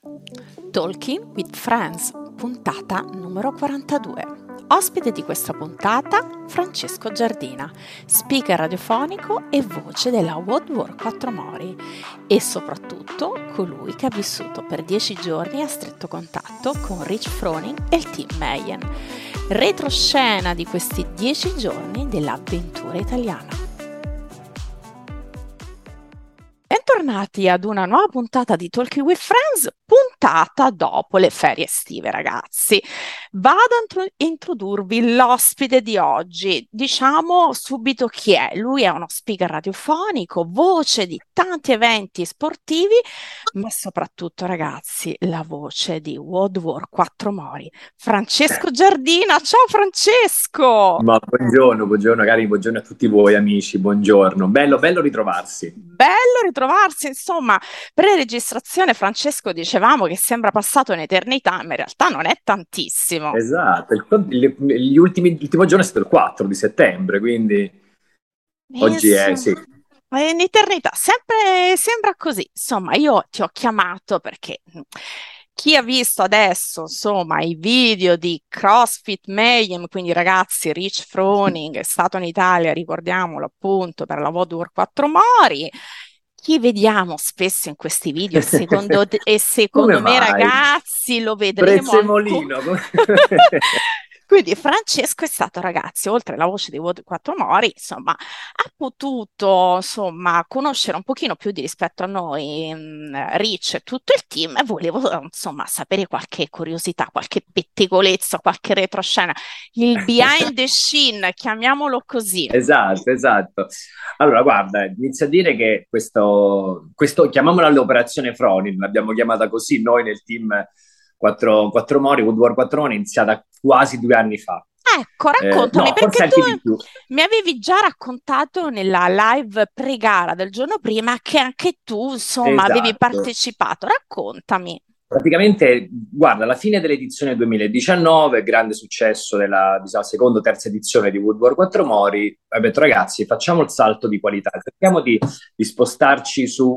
Talking with Friends, puntata numero 42. Ospite di questa puntata, Francesco Giardina, speaker radiofonico e voce della World War 4 Mori e soprattutto colui che ha vissuto per 10 giorni a stretto contatto con Rich Froning e il team Mayhem. Retroscena di questi 10 giorni dell'avventura italiana. Bentornati ad una nuova puntata di Talking with Friends, puntata dopo le ferie estive, ragazzi. Vado a introdurvi l'ospite di oggi. Diciamo subito chi è. Lui è uno speaker radiofonico, voce di tanti eventi sportivi, ma soprattutto, ragazzi, la voce di World War 4 Mori. Francesco Giardina. Ciao Francesco! Ma buongiorno cari, buongiorno a tutti voi amici, buongiorno. Bello ritrovarsi. Bello ritrovarsi, insomma, pre-registrazione Francesco dicevamo che sembra passato un'eternità, ma in realtà non è tantissimo. Esatto, l'ultimo giorno è stato il 4 di settembre, quindi oggi è, sì. È un'eternità, sempre sembra così. Insomma, io ti ho chiamato perché chi ha visto adesso, insomma, i video di CrossFit Mayhem, quindi ragazzi, Rich Froning è stato in Italia, ricordiamolo appunto, per la World War 4 Mori. Chi vediamo spesso in questi video e secondo me, ragazzi, lo vedremo Prezzemolino. Quindi Francesco è stato, ragazzi, oltre alla voce di World 4 Mori, insomma, ha potuto, insomma, conoscere un pochino più di rispetto a noi, Rich e tutto il team, e volevo, insomma, sapere qualche curiosità, qualche pettegolezzo, qualche retroscena, il behind the scene, chiamiamolo così. Esatto. Allora, guarda, inizio a dire che questo chiamiamola l'operazione Fronin, l'abbiamo chiamata così noi nel team 4 Mori, World War 4 Mori, è iniziata quasi 2 anni fa. Ecco, raccontami, No, perché forse anche di più. mi avevi già raccontato nella live pre-gara del giorno prima che anche tu, insomma, avevi Esatto. partecipato. Raccontami. Praticamente, guarda, alla fine dell'edizione 2019, grande successo della seconda o terza edizione di World War 4 Mori, abbiamo detto ragazzi, facciamo il salto di qualità, cerchiamo di spostarci su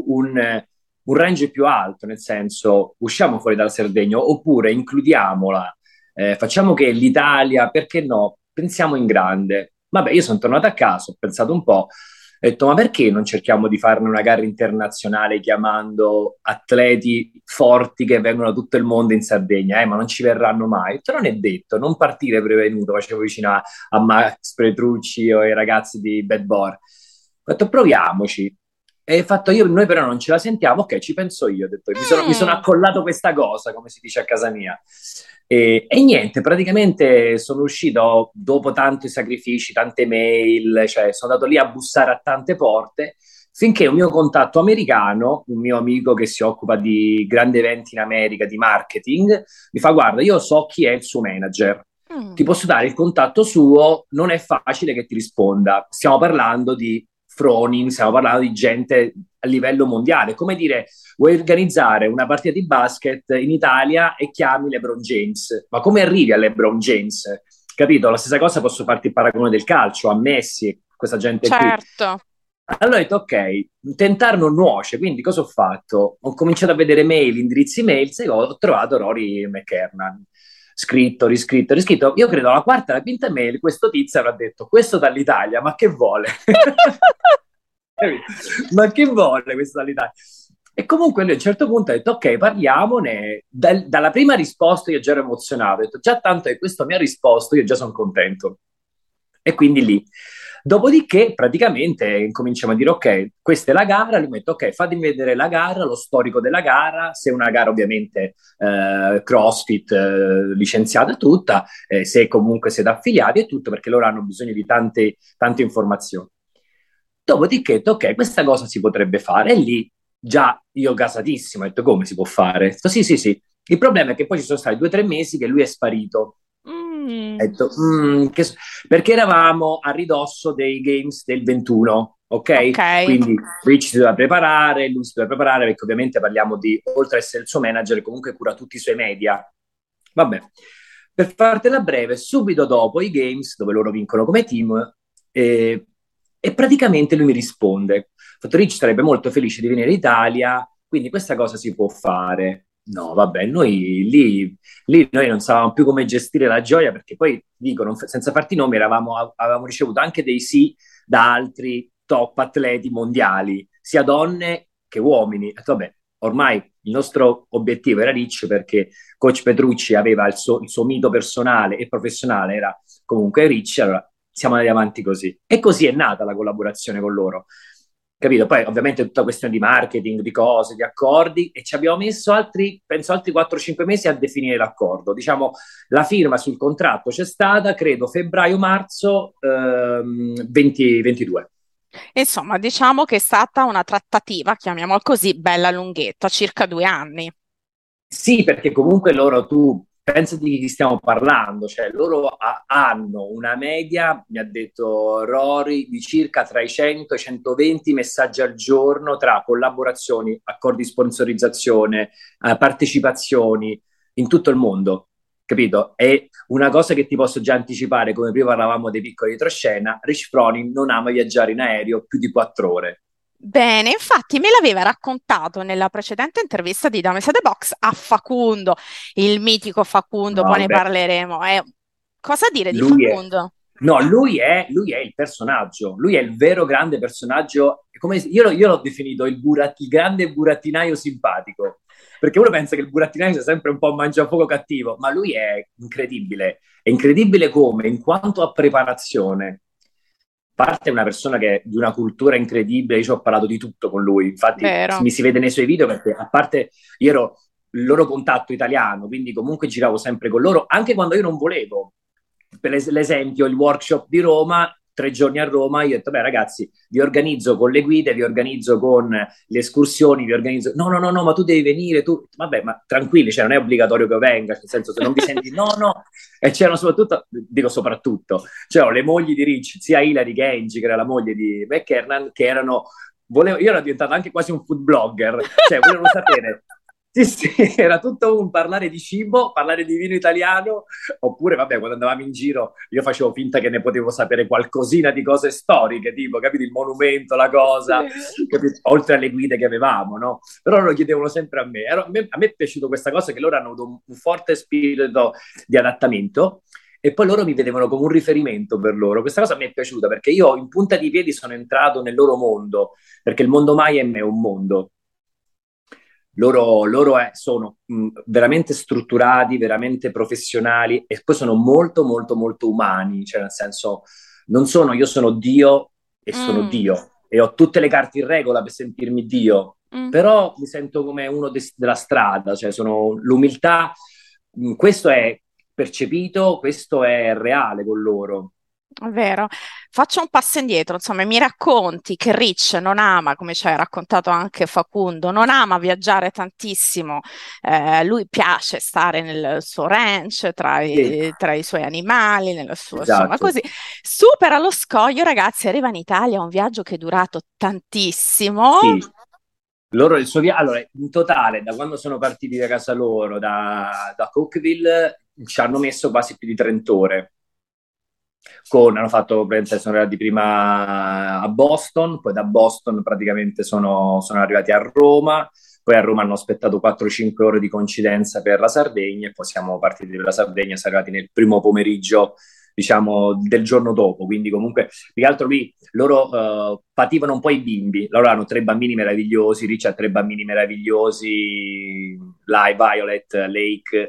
un range più alto, nel senso usciamo fuori dalla Sardegna oppure includiamola, facciamo che l'Italia, perché no, pensiamo in grande. Vabbè, io sono tornato a casa, ho pensato un po', ho detto, ma perché non cerchiamo di farne una gara internazionale chiamando atleti forti che vengono da tutto il mondo in Sardegna? Ma non ci verranno mai. Però non è detto, non partire prevenuto, facevo vicino a Max Petrucci o ai ragazzi di Bad Boar. Ho detto, proviamoci. E fatto io, noi però non ce la sentiamo, ok, ci penso io, ho detto, mi sono accollato questa cosa, come si dice a casa mia. E niente, praticamente sono uscito dopo tanti sacrifici, tante mail, cioè sono andato lì a bussare a tante porte, finché un mio contatto americano, un mio amico che si occupa di grandi eventi in America, di marketing, mi fa, guarda, io so chi è il suo manager, ti posso dare il contatto suo, non è facile che ti risponda, stiamo parlando di Froning, stiamo parlando di gente a livello mondiale, come dire, vuoi organizzare una partita di basket in Italia e chiami LeBron James, ma come arrivi a LeBron James? Capito? La stessa cosa posso farti il paragone del calcio, a Messi, questa gente qui. Certo. Allora ho detto, ok, tentare non nuoce, quindi cosa ho fatto? Ho cominciato a vedere mail, indirizzi mail, e ho trovato Rory McKernan. Scritto, riscritto. Io credo alla quarta, alla quinta mail, questo tizio avrà detto, questo dall'Italia, ma che vuole? Ma che vuole questo dall'Italia? E comunque lui a un certo punto ha detto, ok, parliamone. Dalla prima risposta io già ero emozionato, ho detto, già tanto che questo mi ha risposto, io già sono contento. E quindi lì. Dopodiché, praticamente, incominciamo a dire, ok, questa è la gara, gli metto, ok, fatemi vedere la gara, lo storico della gara, se è una gara ovviamente CrossFit, licenziata tutta, se comunque siete affiliati e tutto, perché loro hanno bisogno di tante informazioni. Dopodiché, ho detto, ok, questa cosa si potrebbe fare, e lì già io gasatissimo, ho detto, come si può fare? Ho detto, sì. Il problema è che poi ci sono stati 2 o 3 mesi che lui è sparito. Ho detto, perché eravamo a ridosso dei Games del 21, ok? Quindi Rich si doveva preparare, lui si doveva preparare, perché ovviamente parliamo di, oltre ad essere il suo manager, comunque cura tutti i suoi media. Vabbè, per fartela breve, subito dopo i Games, dove loro vincono come team, e praticamente lui mi risponde, ho detto, Rich sarebbe molto felice di venire in Italia, quindi questa cosa si può fare. No, vabbè, lì noi non sapevamo più come gestire la gioia perché poi, dico, senza farti nomi, avevamo ricevuto anche dei sì da altri top atleti mondiali, sia donne che uomini. E vabbè, ormai il nostro obiettivo era Rich perché coach Petrucci aveva il suo mito personale e professionale, era comunque Rich, allora siamo andati avanti così. E così è nata la collaborazione con loro. Capito? Poi ovviamente è tutta questione di marketing, di cose, di accordi e ci abbiamo messo penso altri 4-5 mesi a definire l'accordo. Diciamo, la firma sul contratto c'è stata, credo, febbraio-marzo 2022. Insomma, diciamo che è stata una trattativa, chiamiamola così, bella lunghetta, circa 2 anni. Sì, perché comunque loro, tu pensa di chi stiamo parlando, cioè loro hanno una media, mi ha detto Rory, di circa tra i 100 e i 120 messaggi al giorno tra collaborazioni, accordi di sponsorizzazione, partecipazioni in tutto il mondo, capito? E una cosa che ti posso già anticipare, come prima parlavamo dei piccoli retroscena, Rich Froning non ama viaggiare in aereo più di 4 ore. Bene, infatti me l'aveva raccontato nella precedente intervista di Dames at the Box a Facundo, il mitico Facundo, poi No, ne beh, parleremo. Cosa dire di lui è, Facundo? no, lui è il personaggio, lui è il vero grande personaggio. Io l'ho definito il grande burattinaio simpatico, perché uno pensa che il burattinaio sia sempre un po' un mangiafuoco cattivo, ma lui è incredibile come, in quanto a preparazione, parte è una persona che è di una cultura incredibile, io ci ho parlato di tutto con lui, infatti Vero? mi si vede nei suoi video perché a parte io ero il loro contatto italiano, quindi comunque giravo sempre con loro, anche quando io non volevo. Per l'esempio, il workshop di Roma, 3 giorni a Roma, io ho detto, beh ragazzi, vi organizzo con le guide, vi organizzo con le escursioni, vi organizzo... No, no, no, no, ma tu devi venire, tu... Vabbè, ma tranquilli, cioè non è obbligatorio che io venga, nel senso se non vi senti... No, no, e c'erano soprattutto, dico soprattutto, c'erano le mogli di Rich, sia Hilary che Angie, che era la moglie di McKernan, che erano io ero diventato anche quasi un food blogger, cioè volevano sapere. Sì, sì, era tutto un parlare di cibo, parlare di vino italiano, oppure, vabbè, quando andavamo in giro io facevo finta che ne potevo sapere qualcosina di cose storiche, tipo, capito, il monumento, la cosa, Sì. capito? Oltre alle guide che avevamo, no? Però lo chiedevano sempre a me. A me è piaciuto questa cosa che loro hanno avuto un forte spirito di adattamento e poi loro mi vedevano come un riferimento per loro. Questa cosa mi è piaciuta perché io in punta di piedi sono entrato nel loro mondo, perché il mondo Mayhem è un mondo. Loro sono veramente strutturati, veramente professionali e poi sono molto, molto, molto umani, cioè nel senso, non sono io sono Dio e sono Mm, Dio e ho tutte le carte in regola per sentirmi Dio, mm. però mi sento come uno della strada, cioè sono l'umiltà, questo è percepito, questo è reale con loro. È vero. Faccio un passo indietro, insomma, mi racconti che Rich non ama, come ci hai raccontato anche Facundo, non ama viaggiare tantissimo, lui piace stare nel suo ranch, Sì, tra i suoi animali, nel suo, insomma, esatto. così. Supera lo scoglio, ragazzi, arriva in Italia, un viaggio che è durato tantissimo. Sì, loro il suo allora, in totale, da quando sono partiti da casa loro, da Cookville, ci hanno messo quasi più di 30 ore. Hanno fatto, sono arrivati prima a Boston, poi da Boston praticamente sono arrivati a Roma, poi a Roma hanno aspettato 4-5 ore di coincidenza per la Sardegna e poi siamo partiti per la Sardegna, siamo arrivati nel primo pomeriggio, diciamo, del giorno dopo, quindi comunque, più che altro lì loro pativano un po' i bimbi, loro hanno 3 bambini meravigliosi, Rich ha 3 bambini meravigliosi, Lai, Violet, Lake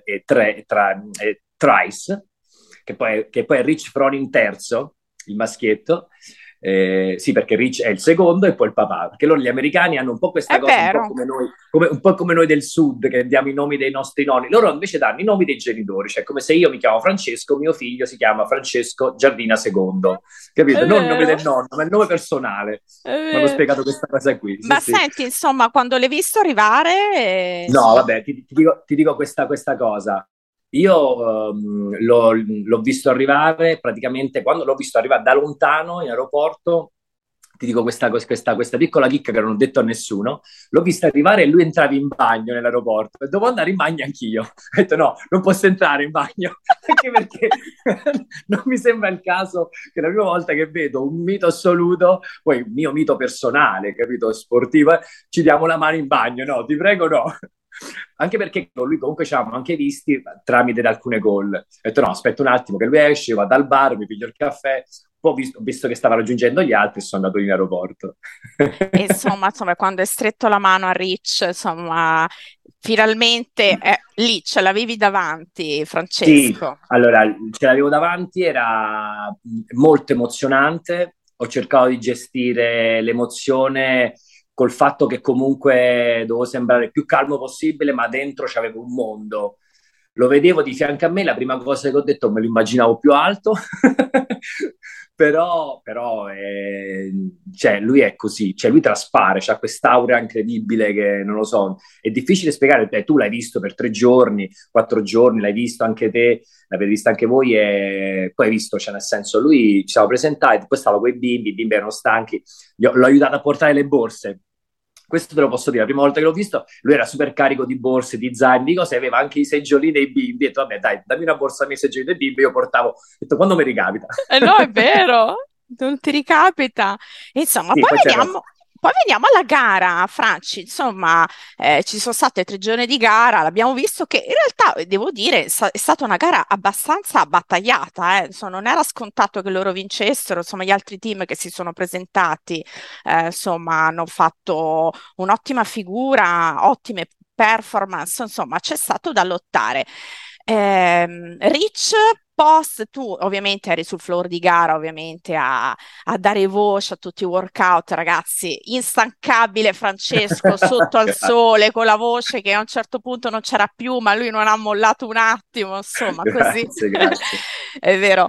e Trice, che poi è Rich Froning terzo, il maschietto. Sì, perché Rich è il secondo e poi il papà, perché loro gli americani hanno un po' questa È cosa, un po' vero. come noi, un po' come noi del sud, che diamo i nomi dei nostri nonni, loro invece danno i nomi dei genitori, cioè come se io mi chiamo Francesco, mio figlio si chiama Francesco Giardina II, È capito? Non il nome vero, del nonno, ma il nome personale. è Mi hanno vero. spiegato questa cosa qui, sì, Ma sì. senti, insomma, quando l'hai visto arrivare, No, vabbè, ti dico questa cosa. Io l'ho visto arrivare praticamente quando l'ho visto arrivare da lontano in aeroporto. Ti dico questa piccola chicca che non ho detto a nessuno. L'ho visto arrivare e lui entrava in bagno nell'aeroporto e dovevo andare in bagno anch'io. Ho detto no, non posso entrare in bagno anche perché non mi sembra il caso che la prima volta che vedo un mito assoluto, poi il mio mito personale, capito, sportivo, ci diamo la mano in bagno. No, ti prego, no. Anche perché con lui comunque ci avevamo anche visti tramite alcune call. Ho detto no, aspetta un attimo che lui esce, io vado al bar, mi piglio il caffè, poi ho visto che stava raggiungendo gli altri e sono andato in aeroporto. E insomma, quando hai stretto la mano a Rich, insomma, finalmente lì ce l'avevi davanti, Sì, Francesco. allora ce l'avevo davanti, era molto emozionante. Ho cercato di gestire l'emozione col fatto che comunque dovevo sembrare il più calmo possibile, ma dentro c'avevo un mondo. Lo vedevo di fianco a me, la prima cosa che ho detto me lo immaginavo più alto, però cioè, lui è così, cioè, lui traspare, c'ha quest'aura incredibile che non lo so, è difficile spiegare, tu l'hai visto per 3 giorni, 4 giorni, l'hai visto anche te, l'avete visto anche voi e poi hai visto, cioè nel senso lui ci siamo presentati, poi stavo con i bimbi erano stanchi, l'ho aiutato a portare le borse. Questo te lo posso dire, la prima volta che l'ho visto, lui era super carico di borse, di zaini, di cose, aveva anche i seggiolini dei bimbi. Ho detto, vabbè, dai, dammi una borsa a me, i seggiolini dei bimbi, io portavo, ho detto, quando mi ricapita? No, è vero, non ti ricapita. Insomma, Sì, poi c'era... poi veniamo alla gara, Franci. Insomma, ci sono state 3 giorni di gara, l'abbiamo visto che in realtà, devo dire, è stata una gara abbastanza battagliata. Insomma, non era scontato che loro vincessero. Insomma, gli altri team che si sono presentati, insomma, hanno fatto un'ottima figura, ottime performance. Insomma, c'è stato da lottare. Rich, post, tu ovviamente eri sul floor di gara, ovviamente a dare voce a tutti i workout, ragazzi, instancabile Francesco sotto al sole con la voce che a un certo punto non c'era più, ma lui non ha mollato un attimo, insomma, così Grazie, grazie. è vero.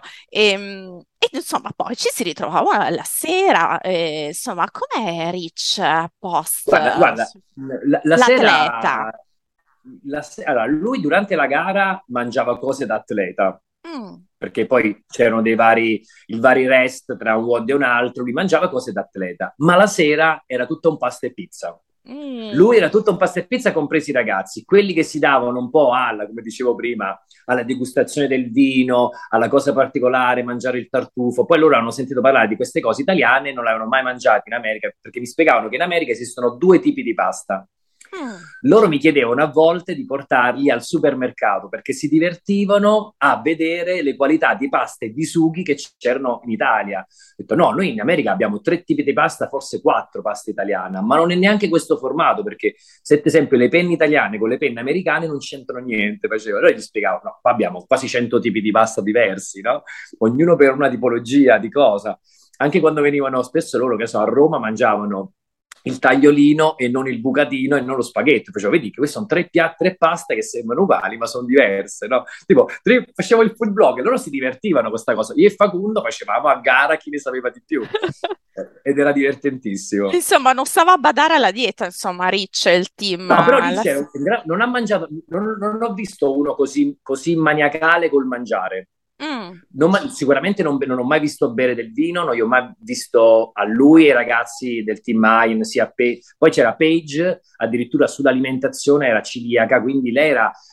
E, insomma, poi ci si ritrovava la sera, insomma, com'è Rich post Guarda, la l'atleta? sera, allora, lui durante la gara mangiava cose da atleta, Mm, perché poi c'erano i vari rest tra un WOD e un altro, lui mangiava cose da atleta, ma la sera era tutto un pasta e pizza. Lui era mm. tutto un pasta e pizza, compresi i ragazzi, quelli che si davano un po' come dicevo prima, alla degustazione del vino, alla cosa particolare, mangiare il tartufo. Poi loro hanno sentito parlare di queste cose italiane e non le avevano mai mangiate in America, perché mi spiegavano che in America esistono due tipi di pasta. Mm. Loro mi chiedevano a volte di portarli al supermercato perché si divertivano a vedere le qualità di pasta e di sughi che c'erano in Italia. Ho detto no, noi in America abbiamo 3 tipi di pasta, forse 4 pasta italiana, ma non è neanche questo formato perché se ad esempio le penne italiane con le penne americane non c'entrano niente, facevo. Allora gli spiegavo, no, qua abbiamo quasi 100 tipi di pasta diversi, no? Ognuno per una tipologia di cosa. Anche quando venivano spesso loro che so, a Roma mangiavano il tagliolino e non il bucatino e non lo spaghetto. Facevo, vedi che queste sono 3 piatti, 3 paste che sembrano uguali, ma sono diverse, no? Tipo, facevo il food blog e loro si divertivano con questa cosa. Io e Facundo facevamo a gara chi ne sapeva di più. Ed era divertentissimo. Insomma, non stava a badare alla dieta, insomma, Rich e il team. No, però lì c'era, non ha mangiato, non ho visto uno così maniacale col mangiare. Mm. Sicuramente non ho mai visto bere del vino, non gli ho mai visto a lui e ai ragazzi del team Main, poi c'era Paige, addirittura sull'alimentazione era celiaca, quindi lei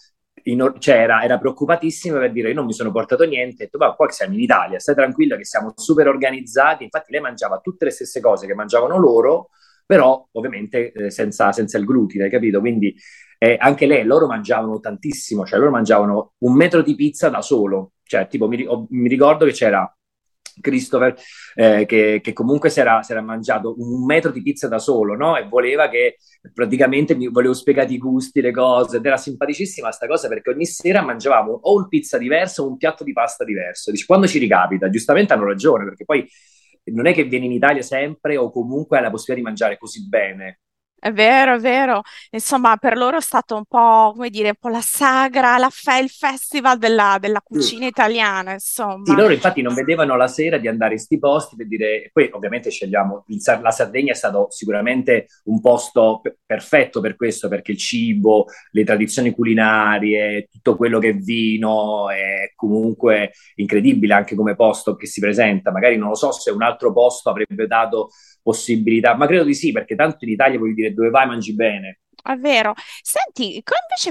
cioè era preoccupatissima per dire io non mi sono portato niente, ho detto ma poi siamo in Italia, stai tranquilla che siamo super organizzati, infatti lei mangiava tutte le stesse cose che mangiavano loro, però ovviamente senza il glutine, capito? Quindi anche loro mangiavano tantissimo, cioè loro mangiavano 1 metro di pizza da solo, cioè tipo mi ricordo che c'era Christopher che comunque si era mangiato 1 metro di pizza da solo, no? E voleva che praticamente mi volevo spiegare i gusti, le cose, ed era simpaticissima sta cosa perché ogni sera mangiavamo o un pizza diverso o un piatto di pasta diverso. Dici, quando ci ricapita, giustamente hanno ragione, perché poi non è che vieni in Italia sempre o comunque hai la possibilità di mangiare così bene. È vero, è vero. Insomma, per loro è stato un po', come dire, un po' la sagra, il festival della Sì. cucina italiana, Sì, insomma. loro infatti non vedevano la sera di andare in sti posti per dire, poi ovviamente scegliamo, la Sardegna è stato sicuramente un posto perfetto per questo, perché il cibo, le tradizioni culinarie, tutto quello che è vino è comunque incredibile anche come posto che si presenta. Magari non lo so se un altro posto avrebbe dato possibilità, ma credo di sì, perché tanto in Italia vuol dire dove vai mangi bene. È vero. Senti, invece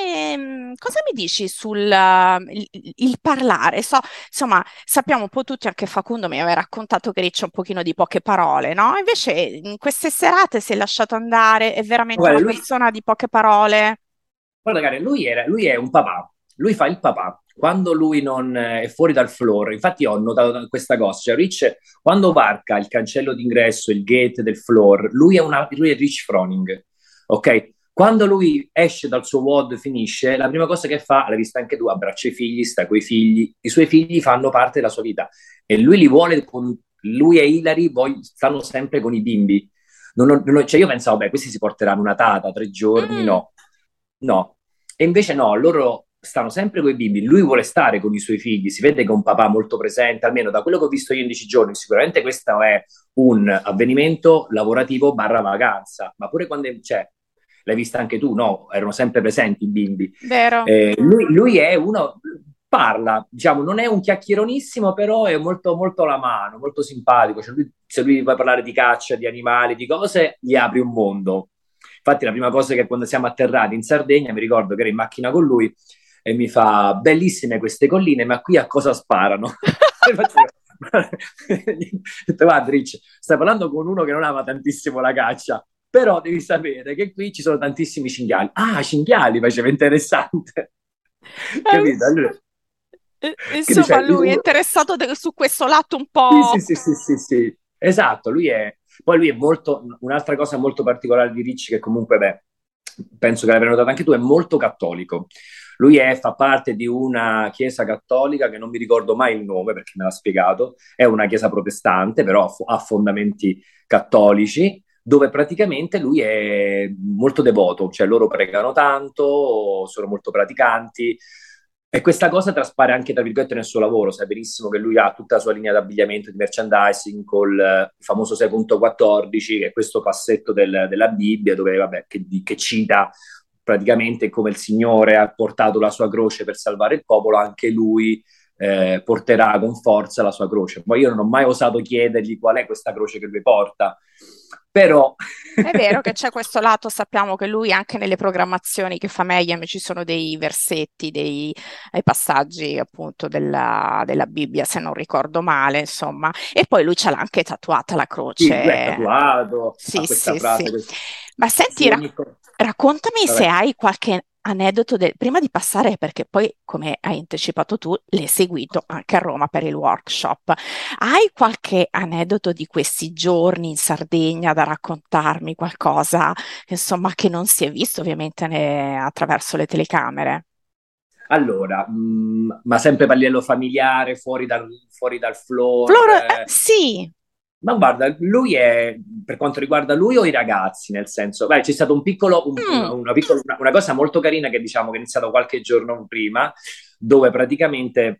cosa mi dici sul il parlare? Insomma, sappiamo un po' tutti, anche Facundo mi aveva raccontato che Ricci ha un pochino di poche parole, no? Invece in queste serate si è lasciato andare, è veramente Guarda, una lui persona di poche parole. Guarda, Karen, lui è un papà, lui fa il papà. Quando lui non è fuori dal floor, infatti ho notato questa cosa, cioè Rich quando varca il cancello d'ingresso, il gate del floor, lui è Rich Froning, ok? Quando lui esce dal suo WOD, finisce, la prima cosa che fa, l'hai vista anche tu, abbraccia i figli, sta coi figli, i suoi figli fanno parte della sua vita e lui li vuole, lui e Hilary stanno sempre con i bimbi. Cioè io pensavo, beh, questi si porteranno una tata, 3 giorni, Mm, no. No, e invece no, loro stanno sempre con i bimbi, lui vuole stare con i suoi figli, si vede che è un papà molto presente, almeno da quello che ho visto io in 10 giorni, sicuramente questo è un avvenimento lavorativo barra vacanza, ma pure quando, cioè, l'hai vista anche tu, no? Erano sempre presenti i bimbi. vero? Lui è uno, parla, diciamo, non è un chiacchieronissimo, però è molto, molto alla mano, molto simpatico, cioè se lui vuole parlare di caccia, di animali, di cose, gli apri un mondo. Infatti, la prima cosa che quando siamo atterrati in Sardegna, mi ricordo che ero in macchina con lui e mi fa: bellissime queste colline, ma qui a cosa sparano? E faccio, guarda, Rich, stai parlando con uno che non ama tantissimo la caccia, però devi sapere che qui ci sono tantissimi cinghiali. Ah, cinghiali, faceva interessante. Capito? Allora, che Insomma, dice, lui è interessato su questo lato un sì, sì, po'. sì, sì, sì, sì. Esatto, poi lui è molto, un'altra cosa molto particolare di Ricci che comunque, beh, penso che l'avrai notato anche tu, è molto cattolico. Fa parte di una chiesa cattolica che non mi ricordo mai il nome perché me l'ha spiegato, è una chiesa protestante, però ha fondamenti cattolici, dove praticamente lui è molto devoto, cioè loro pregano tanto, sono molto praticanti, e questa cosa traspare anche, tra virgolette, nel suo lavoro. Sai benissimo che lui ha tutta la sua linea di abbigliamento, di merchandising, col il famoso 6.14, che è questo passetto della Bibbia, dove, vabbè, che cita praticamente come il Signore ha portato la sua croce per salvare il popolo, anche lui porterà con forza la sua croce. Poi io non ho mai osato chiedergli qual è questa croce che lui porta, però È vero che c'è questo lato, sappiamo che lui anche nelle programmazioni che fa Mayhem ci sono dei versetti, dei passaggi appunto della Bibbia, se non ricordo male, insomma. E poi lui ce l'ha anche tatuata la sì, lui è croce. tatuato, Sì, ha questa sì, sì. frase, Ma senti, su ogni cosa. raccontami se Vabbè. hai qualche aneddoto prima di passare, perché poi, come hai anticipato tu, l'hai seguito anche a Roma per il workshop. Hai qualche aneddoto di questi giorni in Sardegna da raccontarmi, qualcosa, insomma, che non si è visto ovviamente attraverso le telecamere? Allora, ma sempre a livello familiare, fuori dal floor. Flora, sì. Ma guarda, per quanto riguarda lui o i ragazzi, nel senso, beh, c'è stato un piccolo, Mm, una cosa molto carina che diciamo che è iniziato qualche giorno prima, dove praticamente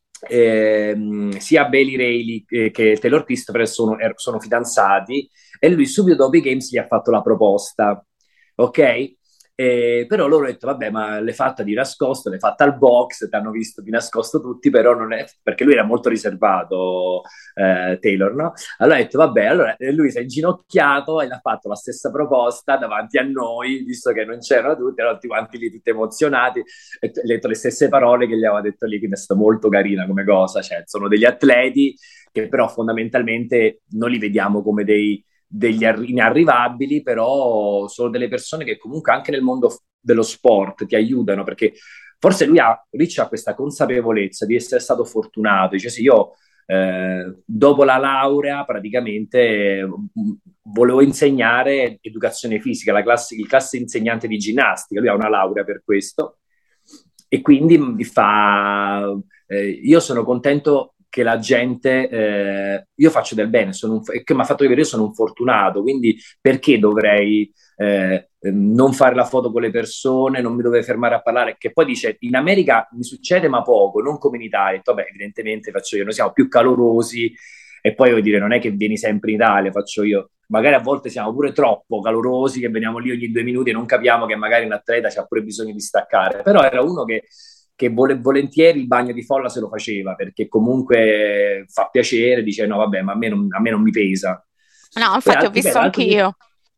sia Bailey Rayleigh che Taylor Christopher sono fidanzati e lui subito dopo i Games gli ha fatto la proposta, ok? Però loro hanno detto, vabbè, ma l'hai fatta di nascosto, l'hai fatta al box, ti hanno visto di nascosto tutti, però non è, perché lui era molto riservato, Taylor, no? Allora ha detto, vabbè, allora lui si è inginocchiato e l'ha fatto la stessa proposta davanti a noi, visto che non c'erano tutti, allora tutti quanti lì tutti emozionati, e ha detto le stesse parole che gli aveva detto lì, quindi è stata molto carina come cosa, cioè sono degli atleti che però fondamentalmente non li vediamo come degli inarrivabili, però sono delle persone che comunque anche nel mondo dello sport ti aiutano, perché forse Rich ha questa consapevolezza di essere stato fortunato, dice sì, io dopo la laurea praticamente volevo insegnare educazione fisica, il classe insegnante di ginnastica, lui ha una laurea per questo e quindi mi fa, io sono contento che la gente, io faccio del bene, e che mi ha fatto vedere io sono un fortunato, quindi perché dovrei non fare la foto con le persone, non mi dovrei fermare a parlare, che poi dice in America mi succede ma poco, non come in Italia, vabbè evidentemente faccio io, noi siamo più calorosi e poi voglio dire non è che vieni sempre in Italia, faccio io, magari a volte siamo pure troppo calorosi che veniamo lì ogni 2 minuti e non capiamo che magari un atleta ha pure bisogno di staccare, però era uno che volentieri il bagno di folla se lo faceva perché comunque fa piacere, dice no vabbè ma a me non mi pesa. no, Poi infatti ho altri, beh, visto l'altro che... anch'io.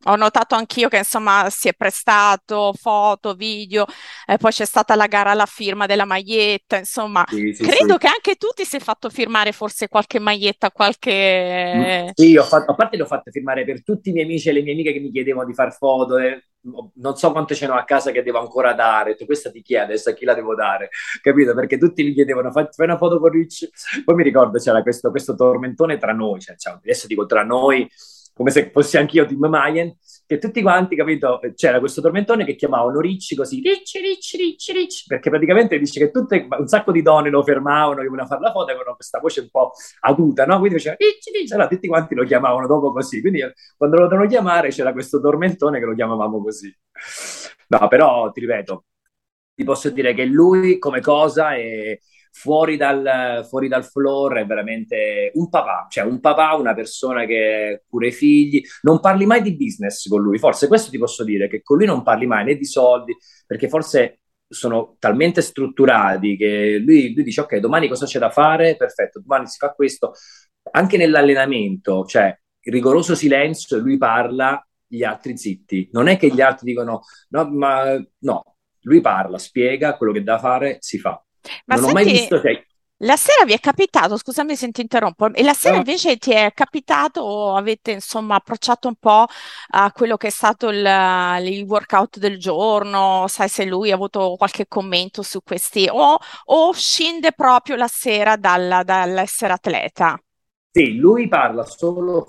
Ho notato anch'io che insomma si è prestato foto, video, poi c'è stata la gara alla firma della maglietta, insomma, Sì, sì, credo sì. che anche tu ti sei fatto firmare forse qualche maglietta, qualche... Sì, a parte le ho fatte firmare per tutti i miei amici e le mie amiche che mi chiedevano di far foto, e non so quante ce n'ho a casa che devo ancora dare. Ho detto, questa ti chiede, adesso a chi la devo dare? Capito? Perché tutti mi chiedevano, fai una foto con Rich. Poi mi ricordo c'era questo tormentone tra noi, cioè, adesso dico tra noi, come se fossi anch'io Tim Maien, che tutti quanti, capito? C'era questo tormentone che chiamavano Ricci così, Ricci, Ricci, Ricci, Ricci, perché praticamente dice che un sacco di donne lo fermavano, che volevano fare la foto, e avevano questa voce un po' acuta, no? Quindi diceva, Ricci, Ricci, allora tutti quanti lo chiamavano dopo così, quindi quando lo dovevano chiamare c'era questo tormentone che lo chiamavamo così. No, però ti ripeto, ti posso dire che lui come cosa è fuori dal floor, è veramente un papà, cioè un papà, una persona che cura i figli, non parli mai di business con lui, forse questo ti posso dire, che con lui non parli mai né di soldi, perché forse sono talmente strutturati che lui dice ok, domani cosa c'è da fare? Perfetto, domani si fa questo. Anche nell'allenamento, cioè il rigoroso silenzio, lui parla, gli altri zitti. Non è che gli altri dicono no, ma no, lui parla, spiega quello che da fare, si fa. Ma Non ho mai senti, visto che... la sera vi è capitato, scusami se ti interrompo, e la sera Ah, invece ti è capitato o avete insomma approcciato un po' a quello che è stato il workout del giorno, sai se lui ha avuto qualche commento su questi, o scende proprio la sera dall'essere atleta? sì, lui parla solo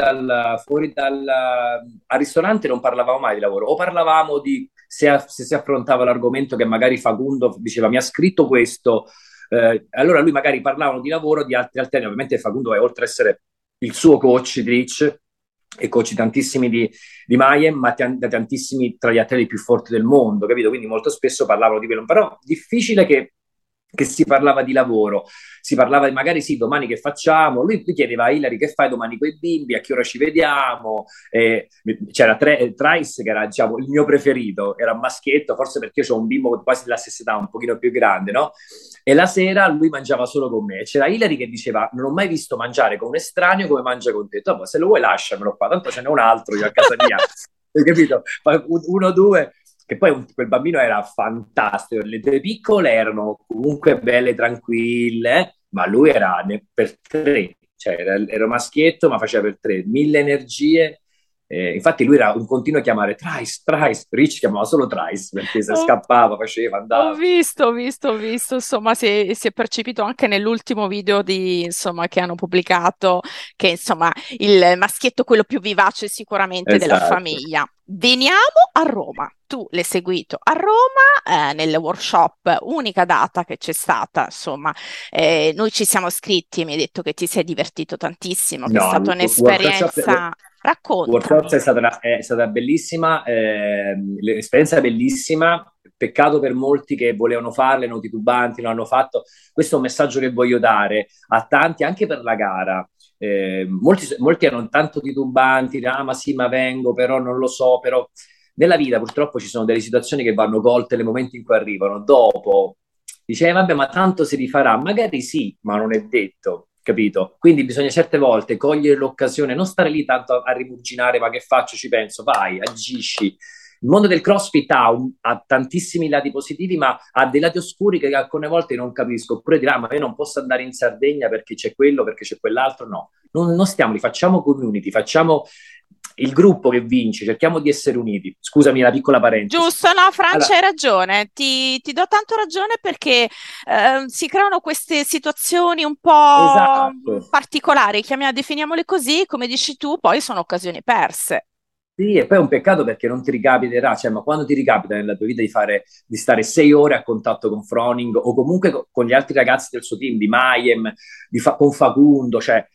al ristorante non parlavamo mai di lavoro, o parlavamo di se si affrontava l'argomento che magari Facundo diceva mi ha scritto questo, allora lui magari parlavano di lavoro, di altri alterni, ovviamente Facundo è oltre ad essere il suo coach di Rich e coach tantissimi di Mayhem, ma da tantissimi tra gli atleti più forti del mondo, capito? Quindi molto spesso parlavano di quello, però difficile che si parlava di lavoro, si parlava di magari sì, domani che facciamo? Lui chiedeva a Hilary che fai domani con i bimbi, a che ora ci vediamo? C'era Trice che era diciamo, il mio preferito, era un maschietto, forse perché io ho un bimbo quasi della stessa età, un pochino più grande, no? E la sera lui mangiava solo con me. C'era Hilary che diceva non ho mai visto mangiare con un estraneo come mangia con te. Dopo, se lo vuoi lasciamelo qua, tanto ce n'è un altro io a casa mia. Hai capito? Uno, due, che poi quel bambino era fantastico, le due piccole erano comunque belle, tranquille, ma lui era per tre, cioè era maschietto ma faceva per tre, mille energie. Infatti lui era un continuo a chiamare Trice, Trice, Rich chiamava solo Trice perché se Ho, scappava, faceva, ho andava. visto, ho visto, ho visto, insomma, si è percepito anche nell'ultimo video insomma, che hanno pubblicato, che insomma il maschietto quello più vivace sicuramente della Esatto. famiglia. Veniamo a Roma. Tu l'hai seguito a Roma, nel workshop, unica data che c'è stata, insomma, noi ci siamo scritti e mi hai detto che ti sei divertito tantissimo, che è No, stata un'esperienza. Workshops Raccontami. è stata bellissima, l'esperienza è bellissima, peccato per molti che volevano farle, non titubanti, non hanno fatto. Questo è un messaggio che voglio dare a tanti, anche per la gara. Molti erano tanto titubanti, ah ma sì, ma vengo, però non lo so, però nella vita purtroppo ci sono delle situazioni che vanno colte nel momento in cui arrivano. Dopo dice, vabbè, ma tanto si rifarà. Magari sì, ma non è detto, capito? Quindi bisogna certe volte cogliere l'occasione, non stare lì tanto a rimuginare, ma che faccio, ci penso, vai, agisci. Il mondo del CrossFit ha tantissimi lati positivi, ma ha dei lati oscuri che alcune volte non capisco. Oppure dirà, ma io non posso andare in Sardegna perché c'è quello, perché c'è quell'altro. No, non stiamo lì, facciamo community, facciamo il gruppo che vince, cerchiamo di essere uniti. Scusami la piccola parentesi. Giusto, no, Francia, Allora, hai ragione, ti do tanto ragione perché si creano queste situazioni un po' esatto. particolari, definiamole così, come dici tu, poi sono occasioni perse. Sì, e poi è un peccato perché non ti ricapiterà, cioè, ma quando ti ricapita nella tua vita di stare 6 ore a contatto con Froning o comunque con gli altri ragazzi del suo team, di Mayhem, con Facundo, cioè,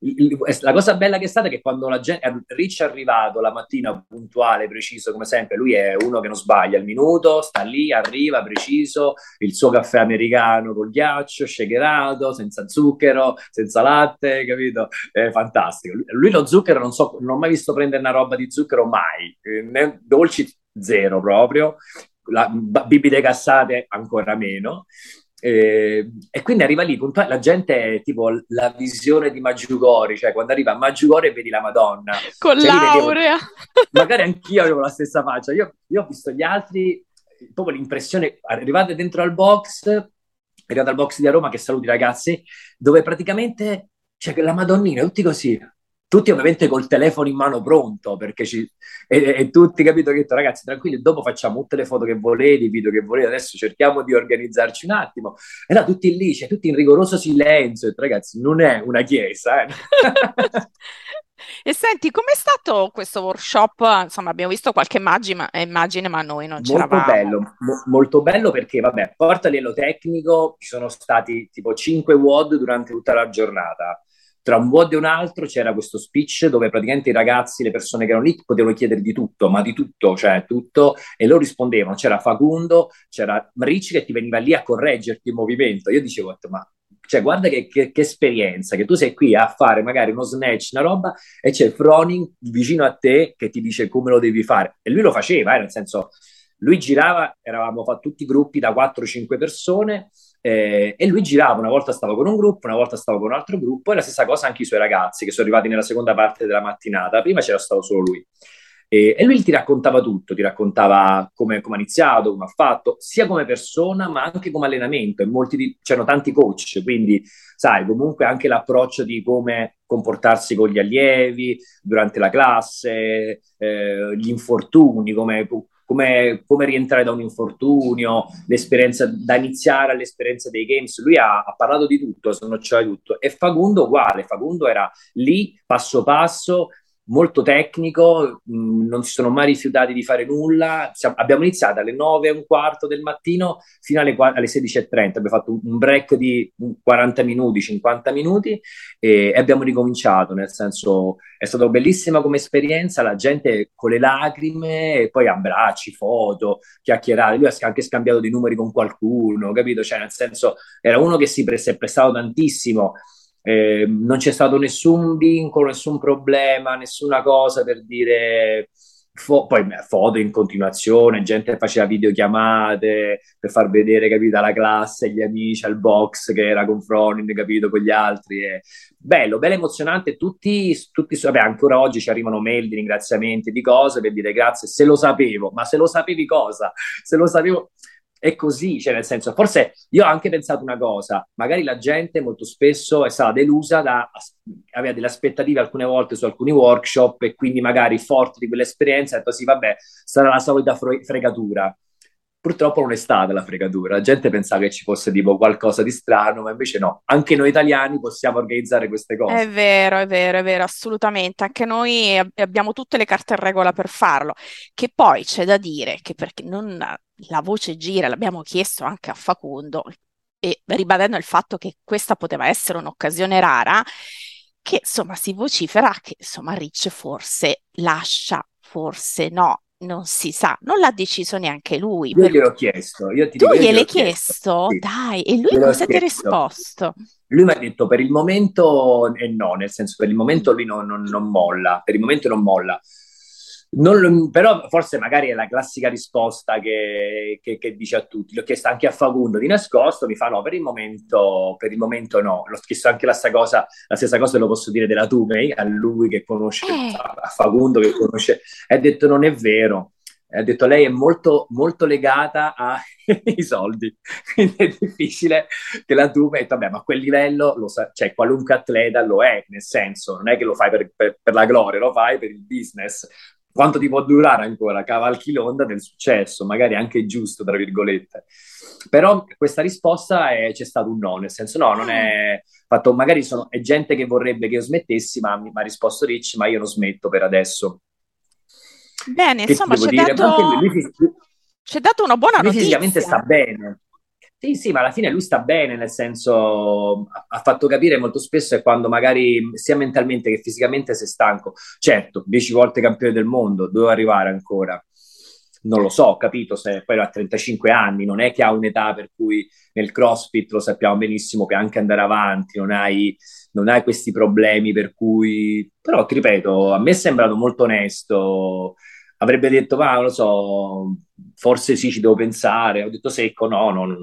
la cosa bella che è stata è che quando la gente, Rich è arrivato la mattina puntuale, preciso, come sempre, lui è uno che non sbaglia il minuto, sta lì, arriva preciso, il suo caffè americano col ghiaccio, shakerato, senza zucchero, senza latte, capito? È fantastico. Lui lo zucchero non ho mai visto prendere una roba di zucchero mai, né dolci zero proprio, bibite cassate ancora meno. E quindi arriva lì, la gente è tipo la visione di Maggiugori, cioè quando arriva a Maggiugori e vedi la Madonna, Con cioè lì vedevo, laurea. magari anch'io avevo la stessa faccia, io ho visto gli altri, proprio l'impressione, arrivate dentro al box, arrivate al box di Roma, che saluti ragazzi, dove praticamente c'è la Madonnina, tutti così, tutti ovviamente col telefono in mano pronto, perché e tutti capito che ho detto, ragazzi tranquilli, dopo facciamo tutte le foto che volete, i video che volete, adesso cerchiamo di organizzarci un attimo. E là tutti lì, cioè, tutti in rigoroso silenzio, ho detto, ragazzi non è una chiesa, eh. E senti, com'è stato questo workshop? Insomma, abbiamo visto qualche immagine, ma noi non Molto c'eravamo. bello, molto bello perché, vabbè, a parte a livello tecnico, ci sono stati tipo 5 WOD durante tutta la giornata. Tra un WOD e un altro c'era questo speech dove praticamente i ragazzi, le persone che erano lì, potevano chiedere di tutto, ma di tutto, cioè tutto, e loro rispondevano. C'era Facundo, c'era Ricci che ti veniva lì a correggerti il movimento. Io dicevo, ma cioè, guarda che esperienza, che tu sei qui a fare magari uno snatch, una roba, e c'è Froning vicino a te che ti dice come lo devi fare. E lui lo faceva, nel senso lui girava, eravamo fatti tutti gruppi da 4-5 persone e lui girava, una volta stava con un gruppo, una volta stava con un altro gruppo e la stessa cosa anche i suoi ragazzi che sono arrivati nella seconda parte della mattinata, prima c'era stato solo lui. E lui ti raccontava tutto, ti raccontava come ha iniziato, come ha fatto, sia come persona ma anche come allenamento e c'erano tanti coach, quindi sai, comunque anche l'approccio di come comportarsi con gli allievi durante la classe, gli infortuni, come rientrare da un infortunio, l'esperienza da iniziare all'esperienza dei games. Lui ha parlato di tutto, se non c'era tutto. E Facundo uguale, Facundo era lì passo passo, molto tecnico, non si sono mai rifiutati di fare nulla. Abbiamo iniziato alle 9:15 del mattino fino alle 16:30, abbiamo fatto un break di 40 minuti, 50 minuti e abbiamo ricominciato, nel senso è stata bellissima come esperienza, la gente con le lacrime e poi abbracci, foto, chiacchierare, lui ha anche scambiato dei numeri con qualcuno, capito? Cioè nel senso era uno che si è prestato tantissimo, non c'è stato nessun vincolo, nessun problema, nessuna cosa per dire poi foto in continuazione, gente che faceva videochiamate per far vedere, capito, alla classe, gli amici, al box che era con Fronin, capito, con gli altri. Bello, bello emozionante. Vabbè, ancora oggi ci arrivano mail di ringraziamenti, di cose per dire grazie, se lo sapevo, ma se lo sapevi cosa? Se lo sapevo, è così, cioè nel senso, forse io ho anche pensato una cosa, magari la gente molto spesso è stata delusa aveva delle aspettative alcune volte su alcuni workshop e quindi magari forti di quell'esperienza ha detto sì, vabbè, sarà la solita fregatura. Purtroppo non è stata la fregatura, la gente pensava che ci fosse tipo qualcosa di strano, ma invece no, anche noi italiani possiamo organizzare queste È cose. vero, è vero, è vero, assolutamente. Anche noi abbiamo tutte le carte in regola per farlo. Che poi c'è da dire che perché non la voce gira, l'abbiamo chiesto anche a Facundo, e ribadendo il fatto che questa poteva essere un'occasione rara, che insomma si vocifera che insomma Rich forse lascia, forse no, non si sa, non l'ha deciso neanche lui. Io gliel'ho chiesto, io ti Tu dico, io gliel'hai gliel'ho chiesto, chiesto? sì, Dai, e lui gliel'ho cosa ti ha chiesto. risposto? Lui mi ha detto per il momento no, nel senso per il momento Mm. lui non molla, per il momento non molla. Però forse magari è la classica risposta che dice a tutti. L'ho chiesto anche a Facundo di nascosto, mi fa no, per il momento no. L'ho chiesto anche la stessa cosa lo posso dire della Tumei, a lui che conosce, Eh. a Facundo che conosce, e ha detto non è vero. E ha detto lei è molto, molto legata ai soldi, quindi è difficile che la Dume, vabbè, ma a quel livello cioè, qualunque atleta lo è, nel senso, non è che lo fai per la gloria, lo fai per il business. Quanto ti può durare ancora? Cavalchi l'onda del successo, magari anche giusto, tra virgolette. Però questa risposta c'è stato un no, nel senso no, non Mm. è fatto, magari è gente che vorrebbe che io smettessi, ma mi ha risposto Rich, ma io non smetto per adesso. Bene, Che ti insomma, devo dire? Ma anche ci hai dato una buona lui fisicamente sta notizia. bene. Sì, sì, ma alla fine lui sta bene, nel senso ha fatto capire molto spesso è quando magari sia mentalmente che fisicamente sei stanco. Certo, 10 volte campione del mondo, dove arrivare ancora? Non lo so, capito, se poi ha 35 anni, non è che ha un'età per cui nel CrossFit lo sappiamo benissimo che anche andare avanti, non hai questi problemi per cui... Però ti ripeto, a me è sembrato molto onesto, avrebbe detto, ma non lo so, forse sì, ci devo pensare. Ho detto secco, no,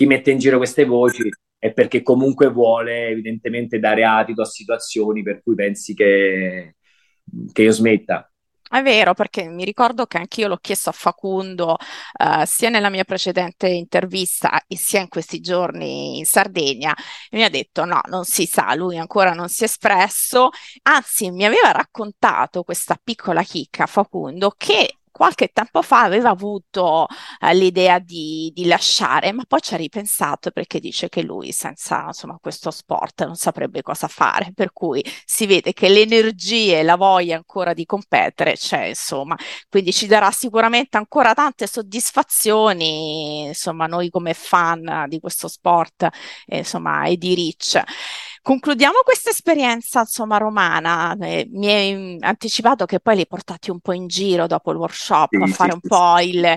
chi mette in giro queste voci è perché comunque vuole evidentemente dare adito a situazioni per cui pensi che io smetta. È vero, perché mi ricordo che anch'io l'ho chiesto a Facundo, sia nella mia precedente intervista e sia in questi giorni in Sardegna, e mi ha detto no, non si sa, lui ancora non si è espresso, anzi mi aveva raccontato questa piccola chicca, Facundo, che qualche tempo fa aveva avuto l'idea di lasciare, ma poi ci ha ripensato perché dice che lui senza insomma, questo sport non saprebbe cosa fare, per cui si vede che l'energia e la voglia ancora di competere c'è, insomma, quindi ci darà sicuramente ancora tante soddisfazioni, insomma, noi come fan di questo sport, insomma, e di Rich. Concludiamo questa esperienza, insomma, romana. Mi hai anticipato che poi li hai portati un po' in giro dopo il workshop a Sì, sì, fare un sì, sì. po'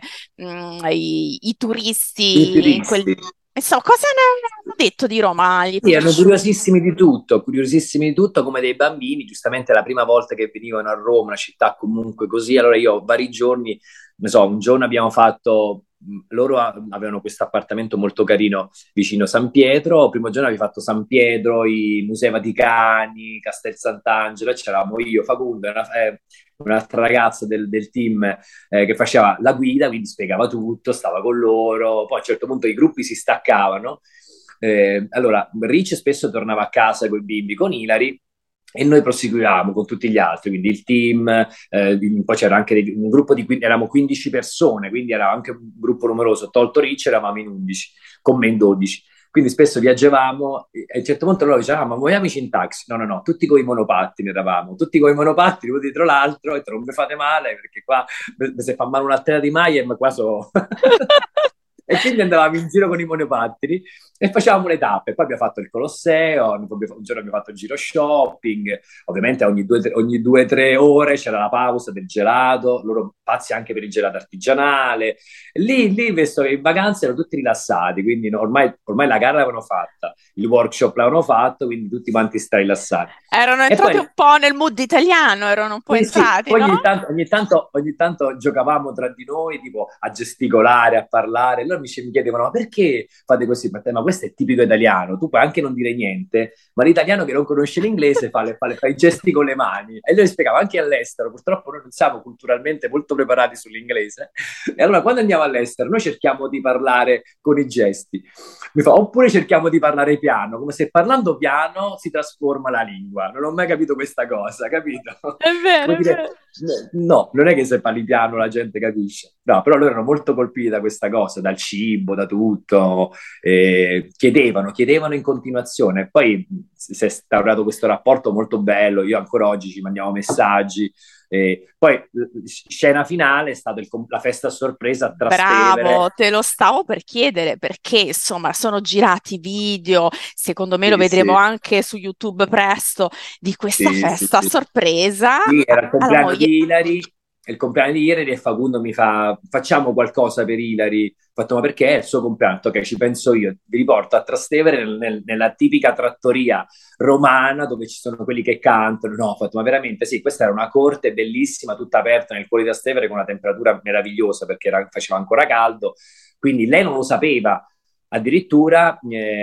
i I turisti in quel... turisti. Insomma, cosa ne hanno detto di Roma? Gli è Sì, erano piaciuto? curiosissimi di tutto, come dei bambini. Giustamente la prima volta che venivano a Roma, una città comunque così, allora io vari giorni, ne so, un giorno abbiamo fatto, loro avevano questo appartamento molto carino vicino San Pietro, il primo giorno abbiamo fatto San Pietro, i Musei Vaticani, Castel Sant'Angelo, e c'eravamo io, Facundo, un'altra ragazza del team che faceva la guida, quindi spiegava tutto, stava con loro, poi a un certo punto i gruppi si staccavano. Allora, Rich spesso tornava a casa con i bimbi, con Ilari, e noi proseguivamo con tutti gli altri, quindi il team, poi c'era anche un gruppo eravamo 15 persone, quindi era anche un gruppo numeroso, tolto Rich eravamo in 11, con me in 12. Quindi spesso viaggiavamo e a un certo punto loro dicevano, ma muoviamoci in taxi. No, no, no, tutti con i monopattini eravamo, tutti con i monopattini, uno dietro l'altro, e non mi fate male, perché qua se fa male una tela di maglia, ma qua so... E quindi andavamo in giro con i monopattini e facevamo le tappe. Poi abbiamo fatto il Colosseo, un giorno abbiamo fatto il giro shopping, ovviamente ogni 2 o 3 ore c'era la pausa del gelato, loro pazzi anche per il gelato artigianale. Lì, visto che in vacanza erano tutti rilassati, quindi no, ormai la gara l'avevano fatta, il workshop l'avevano fatto, quindi tutti quanti sta rilassati. Erano E entrati poi un po' nel mood italiano, erano un po' sì, sì, entrati, poi no? ogni tanto giocavamo tra di noi, tipo a gesticolare, a parlare. Loro mi chiedevano: ma perché fate così? Ma questo è tipico italiano, tu puoi anche non dire niente, ma l'italiano che non conosce l'inglese fa i gesti con le mani. E lui spiegava anche all'estero, purtroppo noi non siamo culturalmente molto preparati sull'inglese. E allora quando andiamo all'estero noi cerchiamo di parlare con i gesti. Oppure cerchiamo di parlare piano, come se parlando piano si trasforma la lingua. Non ho mai capito questa cosa, capito? È vero, Come è dire, vero. no, non è che se parli piano la gente capisce. No, però loro erano molto colpiti da questa cosa, dal cibo, da tutto. Chiedevano in continuazione. Poi si è instaurato questo rapporto molto bello. Io ancora oggi ci mandiamo messaggi. Poi scena finale è stata la festa a sorpresa a Trastevere. Bravo, te lo stavo per chiedere perché insomma sono girati video, secondo me lo Sì, vedremo sì, anche su YouTube presto, di questa sì, sì, festa a sì. sorpresa Sì, era il alla compleanno moglie. di Ilari, è il compleanno di Ilari e Facundo mi fa, facciamo qualcosa per Ilari. Ho fatto, ma perché è il suo compleanno? Ok, ci penso io. Vi riporto a Trastevere nella tipica trattoria romana dove ci sono quelli che cantano. No, ho fatto, ma veramente sì, questa era una corte bellissima, tutta aperta nel cuore di Trastevere con una temperatura meravigliosa perché faceva ancora caldo. Quindi lei non lo sapeva. Addirittura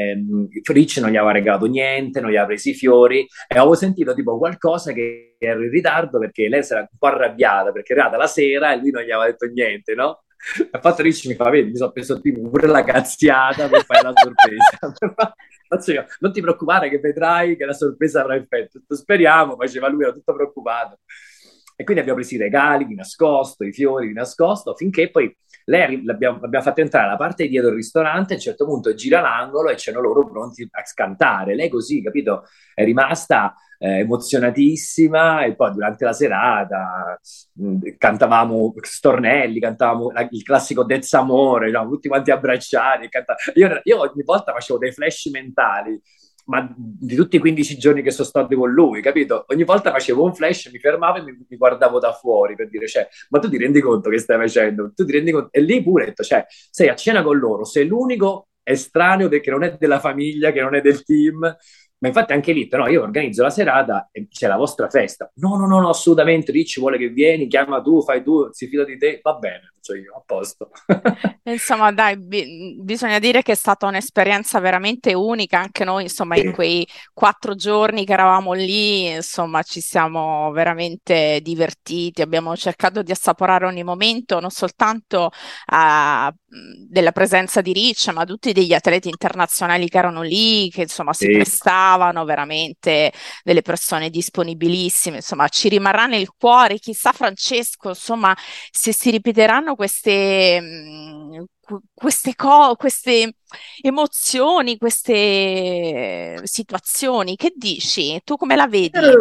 Rich non gli aveva regalato niente, non gli aveva presi i fiori e avevo sentito tipo qualcosa che ero in ritardo perché lei si era un po' arrabbiata perché era arrivata la sera e lui non gli aveva detto niente, no? Ha fatto Rich mi fa, vedi, mi sono preso tipo pure la cazziata per fare la sorpresa. Faccio io, non ti preoccupare che vedrai che la sorpresa avrà effetto. Speriamo, faceva lui, era tutto preoccupato. E quindi abbiamo preso i regali di nascosto, i fiori di nascosto, finché poi l'abbiamo fatta entrare alla parte dietro del ristorante, a un certo punto gira l'angolo e c'erano loro pronti a scantare. Lei così, capito, è rimasta emozionatissima e poi durante la serata cantavamo stornelli, cantavamo il classico Dezzamore, no? Tutti quanti abbracciati. Io ogni volta facevo dei flash mentali ma di tutti i 15 giorni che sono stato con lui, capito? Ogni volta facevo un flash, mi fermavo e mi guardavo da fuori per dire, cioè, ma tu ti rendi conto che stai facendo? Tu ti rendi conto? E lì pure ho detto, cioè, sei a cena con loro, sei l'unico estraneo che non è della famiglia, che non è del team, Ma infatti anche lì, però, io organizzo la serata e c'è la vostra festa. No, no, no, no, assolutamente, Ricci vuole che vieni, chiama tu, fai tu, si fida di te, va bene, faccio io, a posto. Insomma, dai, bisogna dire che è stata un'esperienza veramente unica, anche noi, insomma, in Sì, quei 4 giorni che eravamo lì, insomma, ci siamo veramente divertiti, abbiamo cercato di assaporare ogni momento, non soltanto della presenza di Rich, ma tutti degli atleti internazionali che erano lì, che insomma si sì. prestavano veramente, delle persone disponibilissime, insomma, ci rimarrà nel cuore, chissà Francesco, insomma se si ripeteranno queste emozioni, queste situazioni. Che dici? Tu come la vedi?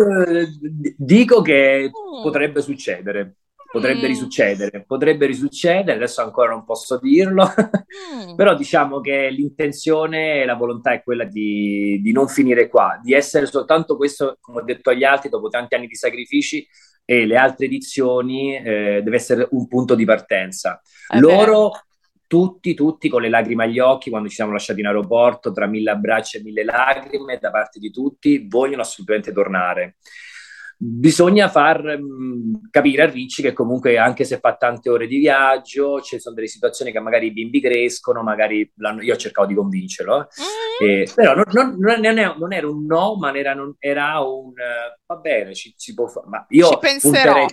Dico che Mm, potrebbe succedere, mm, potrebbe risuccedere, adesso ancora non posso dirlo, mm. però diciamo che l'intenzione e la volontà è quella di non finire qua, di essere soltanto questo, come ho detto agli altri, dopo tanti anni di sacrifici e le altre edizioni, deve essere un punto di partenza. È vero. Loro tutti con le lacrime agli occhi quando ci siamo lasciati in aeroporto, tra mille abbracci e mille lacrime da parte di tutti, vogliono assolutamente tornare. Bisogna far capire a Ricci che comunque anche se fa tante ore di viaggio, ci sono delle situazioni che magari i bimbi crescono, magari io ho cercato di convincerlo, Mm, però non era un no, ma era un va bene, si può fare. Ma ci io penserò.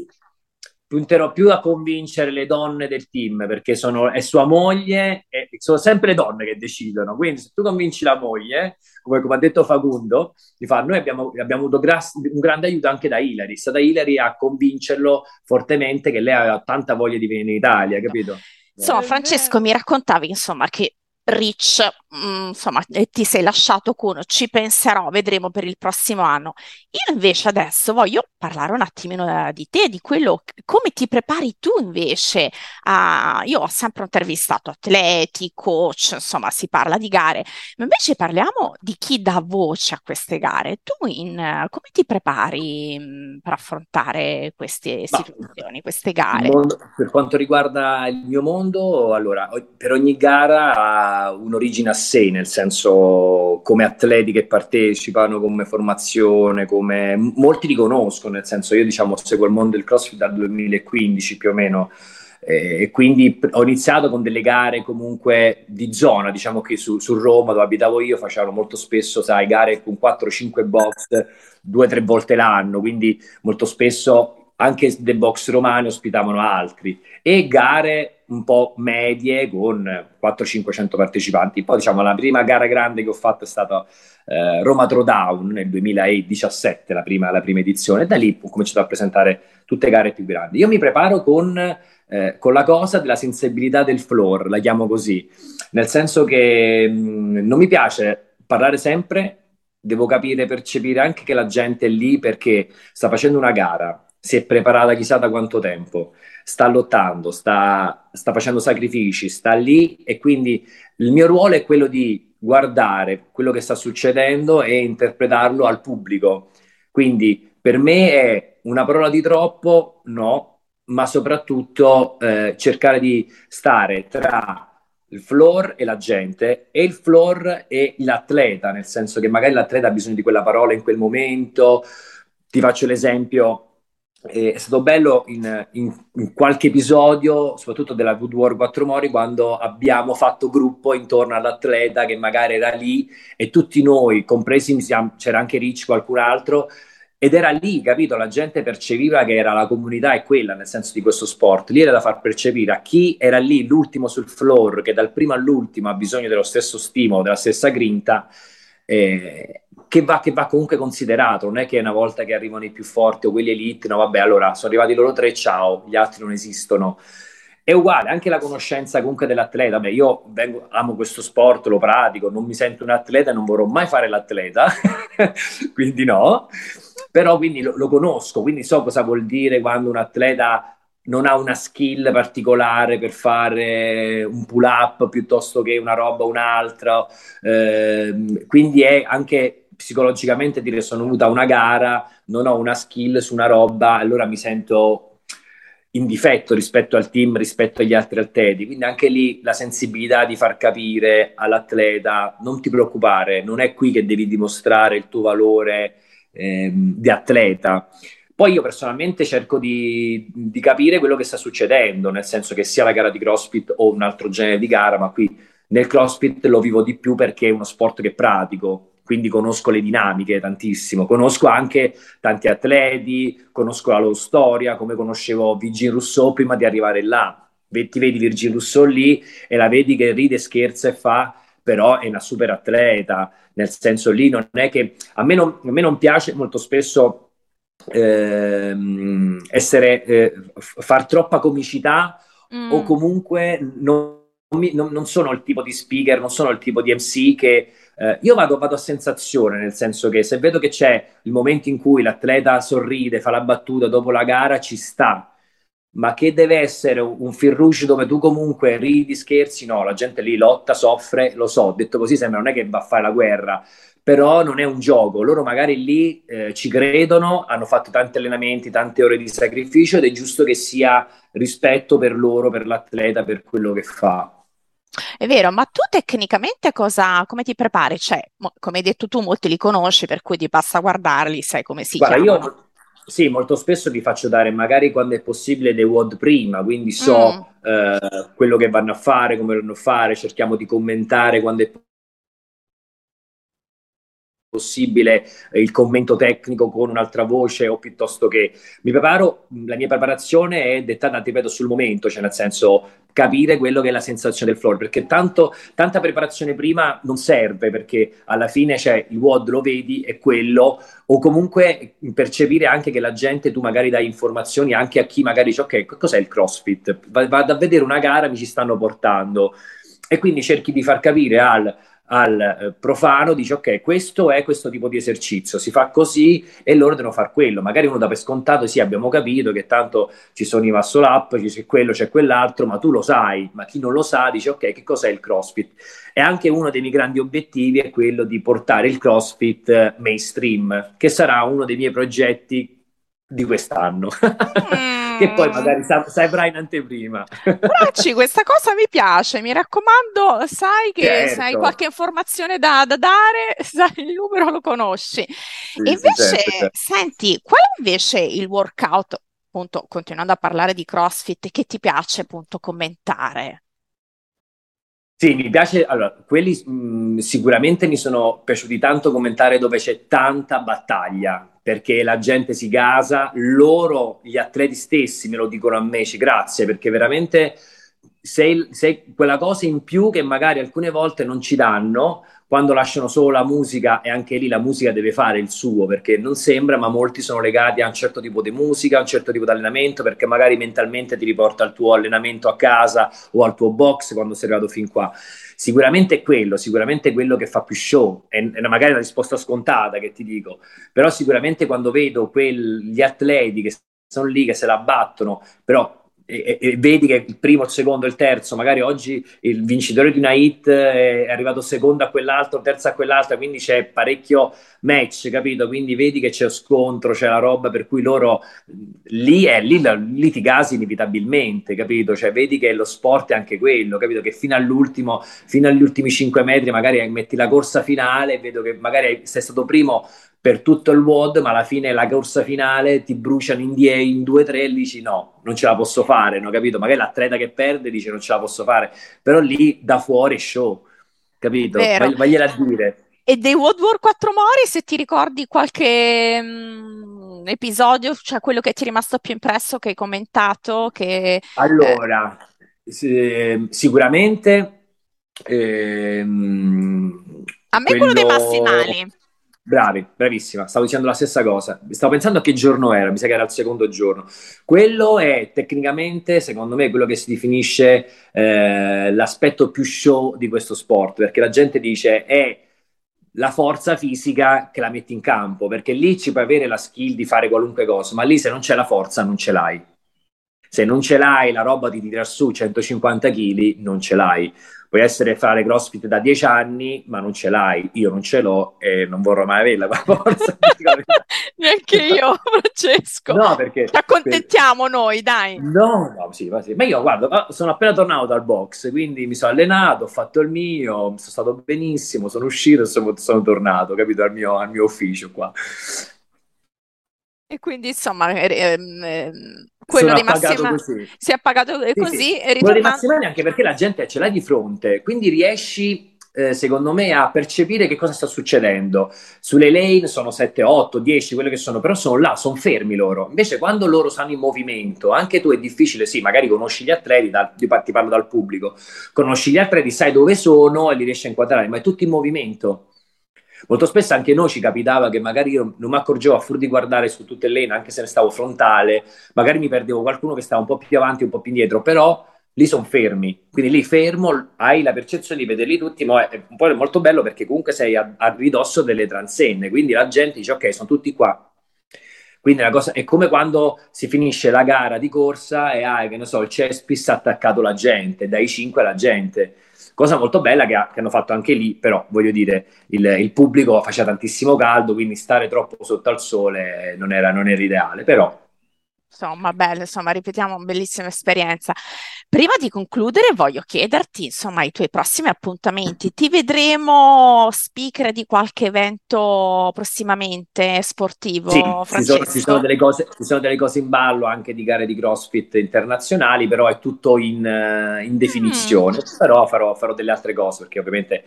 punterò più a convincere le donne del team perché è sua moglie e sono sempre le donne che decidono. Quindi, se tu convinci la moglie, come ha detto Facundo, noi abbiamo avuto un grande aiuto anche da Ilari. È stata Ilari a convincerlo fortemente che lei aveva tanta voglia di venire in Italia, capito? Insomma, Francesco, mi raccontavi, insomma, che Rich, insomma, ti sei lasciato con ci penserò, vedremo per il prossimo anno. Io invece adesso voglio parlare un attimino di te, di quello, come ti prepari tu invece io ho sempre intervistato atleti, coach, insomma, si parla di gare, ma invece parliamo di chi dà voce a queste gare. Tu come ti prepari, per affrontare queste Ma situazioni, queste gare? per quanto riguarda il mio mondo, allora, per ogni gara ha un'origine a sé, nel senso come atleti che partecipano, come formazione, come molti li conosco, nel senso io diciamo seguo il mondo del CrossFit dal 2015 più o meno, e quindi ho iniziato con delle gare comunque di zona, diciamo che su Roma dove abitavo io facevano molto spesso, sai, gare con 4-5 box 2 o 3 volte l'anno, quindi molto spesso anche dei box romani ospitavano altri e gare un po' medie con 400-500 partecipanti. Poi diciamo la prima gara grande che ho fatto è stata Roma Throwdown nel 2017, la prima edizione, e da lì ho cominciato a presentare tutte gare più grandi. Io mi preparo con la cosa della sensibilità del floor, la chiamo così, nel senso che non mi piace parlare sempre, devo capire, percepire anche che la gente è lì perché sta facendo una gara, si è preparata chissà da quanto tempo, sta lottando, sta facendo sacrifici, sta lì e quindi il mio ruolo è quello di guardare quello che sta succedendo e interpretarlo al pubblico. Quindi per me è una parola di troppo, no, ma soprattutto cercare di stare tra il floor e la gente e il floor e l'atleta, nel senso che magari l'atleta ha bisogno di quella parola in quel momento. Ti faccio l'esempio, è stato bello in qualche episodio, soprattutto della Good War 4 Mori, quando abbiamo fatto gruppo intorno all'atleta che magari era lì e tutti noi, compresi, c'era anche Rich, qualcun altro, ed era lì, capito? La gente percepiva che era la comunità è quella, nel senso di questo sport. Lì era da far percepire a chi era lì, l'ultimo sul floor, che dal primo all'ultimo ha bisogno dello stesso stimolo, della stessa grinta, che va comunque considerato. Non è che una volta che arrivano i più forti o quelli elite, no, vabbè, allora sono arrivati loro tre, ciao, gli altri non esistono. È uguale, anche la conoscenza comunque dell'atleta. Beh, amo questo sport, lo pratico, non mi sento un atleta e non vorrò mai fare l'atleta, quindi no. Però quindi lo conosco, quindi so cosa vuol dire quando un atleta non ha una skill particolare per fare un pull up piuttosto che una roba o un'altra. Quindi è anche psicologicamente dire sono venuta a una gara, non ho una skill su una roba, allora mi sento in difetto rispetto al team, rispetto agli altri atleti. Quindi anche lì la sensibilità di far capire all'atleta: non ti preoccupare, non è qui che devi dimostrare il tuo valore di atleta. Poi io personalmente cerco di capire quello che sta succedendo, nel senso che sia la gara di CrossFit o un altro genere di gara, ma qui nel CrossFit lo vivo di più perché è uno sport che pratico, quindi conosco le dinamiche tantissimo, conosco anche tanti atleti, conosco la loro storia, come conoscevo Virgil Rousseau prima di arrivare là. Ti vedi Virgil Rousseau lì e la vedi che ride, scherza e fa, però è una super atleta, nel senso lì non è che a me non piace molto spesso far troppa comicità, o Mm. comunque non sono il tipo di speaker, non sono il tipo di MC che io vado a sensazione, nel senso che se vedo che c'è il momento in cui l'atleta sorride, fa la battuta dopo la gara, ci sta. Ma che deve essere un fil rouge dove tu comunque ridi, scherzi? No, la gente lì lotta, soffre, lo so, detto così sembra, non è che va a fare la guerra, però non è un gioco. Loro magari lì ci credono, hanno fatto tanti allenamenti, tante ore di sacrificio, ed è giusto che sia rispetto per loro, per l'atleta, per quello che fa. È vero, ma tu tecnicamente come ti prepari? Cioè, come hai detto tu, molti li conosci, per cui ti basta guardarli, sai come si Guarda, chiamano. sì, molto spesso vi faccio dare, magari quando è possibile, dei WOD prima, quindi Mm. so quello che vanno a fare, come vanno a fare, cerchiamo di commentare quando è possibile il commento tecnico con un'altra voce, o piuttosto che mi preparo, la mia preparazione è dettata, ti ripeto, sul momento, cioè nel senso capire quello che è la sensazione del floor, perché tanta preparazione prima non serve, perché alla fine c'è il WOD, lo vedi, è quello, o comunque percepire anche che la gente, tu magari dai informazioni anche a chi magari dice ok, cos'è il CrossFit? Vado a vedere una gara, mi ci stanno portando, e quindi cerchi di far capire al profano, dice ok, questo è questo tipo di esercizio, si fa così e loro devono fare quello. Magari uno dà per scontato, sì, abbiamo capito che tanto ci sono i muscle up, c'è quello, c'è quell'altro, ma tu lo sai, ma chi non lo sa dice ok, che cos'è il CrossFit? E anche uno dei miei grandi obiettivi è quello di portare il CrossFit mainstream, che sarà uno dei miei progetti di quest'anno, che poi Mm. magari saprai in anteprima. Bracci, questa cosa mi piace, mi raccomando, sai che se hai Certo, qualche informazione da dare, sai, il numero lo conosci. E sì, sì, certo, invece, certo. senti, qual è invece il workout, appunto, continuando a parlare di CrossFit, che ti piace appunto commentare? Sì, mi piace, allora, quelli sicuramente mi sono piaciuti tanto commentare dove c'è tanta battaglia, perché la gente si gasa, loro, gli atleti stessi me lo dicono a me, grazie, perché veramente sei quella cosa in più che magari alcune volte non ci danno quando lasciano solo la musica, e anche lì la musica deve fare il suo, perché non sembra, ma molti sono legati a un certo tipo di musica, a un certo tipo di allenamento, perché magari mentalmente ti riporta al tuo allenamento a casa o al tuo box quando sei arrivato fin qua. Sicuramente è quello che fa più show, è magari una risposta scontata che ti dico, però sicuramente quando vedo gli atleti che sono lì, che se la battono, però e vedi che il primo, il secondo, il terzo, magari oggi il vincitore di una hit è arrivato secondo a quell'altro, terzo a quell'altra, quindi c'è parecchio match, capito? Quindi vedi che c'è scontro, c'è la roba per cui loro lì ti gasi inevitabilmente, capito? Cioè vedi che lo sport è anche quello, capito? Che fino agli ultimi 5 metri magari metti la corsa finale e vedo che magari sei stato primo per tutto il WOD, ma alla fine la corsa finale ti bruciano in 2-3 e dici no, non ce la posso fare, no, capito? Magari l'atleta che perde dice non ce la posso fare, però lì da fuori è show, È capito? vero. Vagliela a dire. E dei World War 4 Mori, se ti ricordi qualche episodio, cioè quello che ti è rimasto più impresso, che hai commentato, che... Allora, sicuramente a me quello dei quello. massimali. Bravi, bravissima, stavo dicendo la stessa cosa. Stavo pensando a che giorno era, mi sa che era il secondo giorno. Quello è tecnicamente, secondo me, quello che si definisce l'aspetto più show di questo sport, perché la gente dice è la forza fisica che la metti in campo, perché lì ci puoi avere la skill di fare qualunque cosa, ma lì se non c'è la forza non ce l'hai. Se non ce l'hai, la roba di tirar su 150 kg, non ce l'hai. Puoi essere fare CrossFit da 10 anni, ma non ce l'hai. Io non ce l'ho e non vorrò mai averla, ma forza. Neanche io, Francesco. No, Ci accontentiamo noi, dai. no, no, sì, ma sì. Ma io guarda, sono appena tornato dal box, quindi mi sono allenato, ho fatto il mio, sono stato benissimo, sono uscito e sono tornato, capito, al mio ufficio qua. E quindi, insomma, quello Sono di appagato Massima così. si è pagato Sì, sì. così e Quello di ritornando. Massimiliano anche perché la gente ce l'ha di fronte, quindi riesci, secondo me, a percepire che cosa sta succedendo. Sulle lane sono 7, 8, 10, quelle che sono, però sono là, sono fermi loro. Invece quando loro stanno in movimento, anche tu è difficile, sì, magari conosci gli atleti, ti parlo dal pubblico, conosci gli atleti, sai dove sono e li riesci a inquadrare, ma è tutto in movimento. Molto spesso anche noi ci capitava che magari io non mi accorgevo a furia di guardare su tutte le lane, anche se ne stavo frontale, magari mi perdevo qualcuno che stava un po' più avanti, un po' più indietro, però lì sono fermi. Quindi lì fermo, hai la percezione di vederli tutti, ma è un po' molto bello perché comunque sei a ridosso delle transenne, quindi la gente dice ok, sono tutti qua. Quindi la cosa è come quando si finisce la gara di corsa e hai, che ne so, il cespis attaccato la gente, dai 5 alla gente. Cosa molto bella che hanno fatto anche lì, però voglio dire, il pubblico faceva tantissimo caldo, quindi stare troppo sotto al sole non era ideale, però Insomma, bello, insomma, ripetiamo, bellissima esperienza. Prima di concludere, voglio chiederti, insomma, i tuoi prossimi appuntamenti. Ti vedremo speaker di qualche evento prossimamente sì, sportivo, ci sono Francesco? delle cose in ballo anche di gare di CrossFit internazionali, però è tutto in Mm, definizione. Però farò delle altre cose perché ovviamente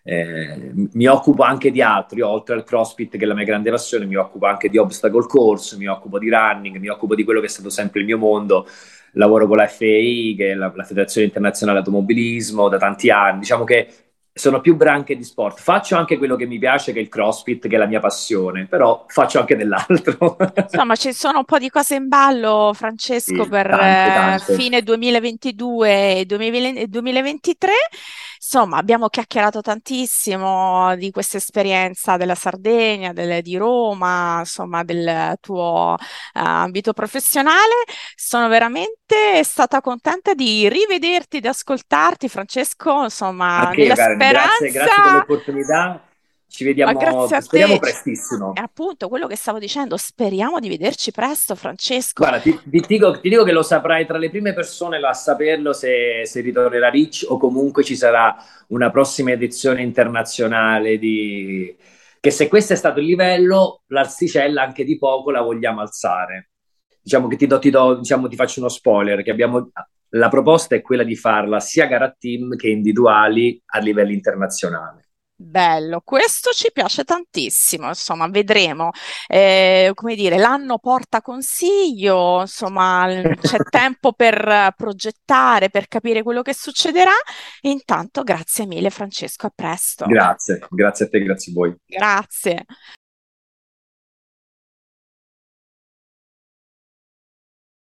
mi occupo anche di altro. Io, oltre al CrossFit, che è la mia grande passione, mi occupo anche di obstacle course, mi occupo di running, mi occupo di quello che è stato sempre il mio mondo. Lavoro con la FAI, che è la Federazione Internazionale Automobilismo, da tanti anni. Diciamo che sono più branche di sport. Faccio anche quello che mi piace, che è il CrossFit, che è la mia passione, però faccio anche dell'altro. insomma, ci sono un po' di cose in ballo, Sì, Francesco, per tante, tante. fine 2022 e 2023. Insomma, abbiamo chiacchierato tantissimo di questa esperienza della Sardegna, di Roma, insomma, del tuo ambito professionale. Sono veramente stata contenta di rivederti, di ascoltarti, Francesco, insomma, Anche io, nella Karen, grazie, speranza. grazie dell'opportunità. Ci Ma vediamo, grazie a speriamo te. È prestissimo. appunto quello che stavo dicendo. Speriamo di vederci presto, Francesco. Guarda, ti dico che lo saprai tra le prime persone a saperlo se ritornerà Rich o comunque ci sarà una prossima edizione internazionale che se questo è stato il livello, l'asticella anche di poco la vogliamo alzare. Diciamo che diciamo, ti faccio uno spoiler, che la proposta è quella di farla sia gara team che individuali a livello internazionale. Bello, questo ci piace tantissimo, insomma, vedremo. Come dire, l'anno porta consiglio, insomma, c'è tempo per progettare, per capire quello che succederà. Intanto, grazie mille, Francesco, a presto. Grazie, grazie a te, grazie a voi. Grazie.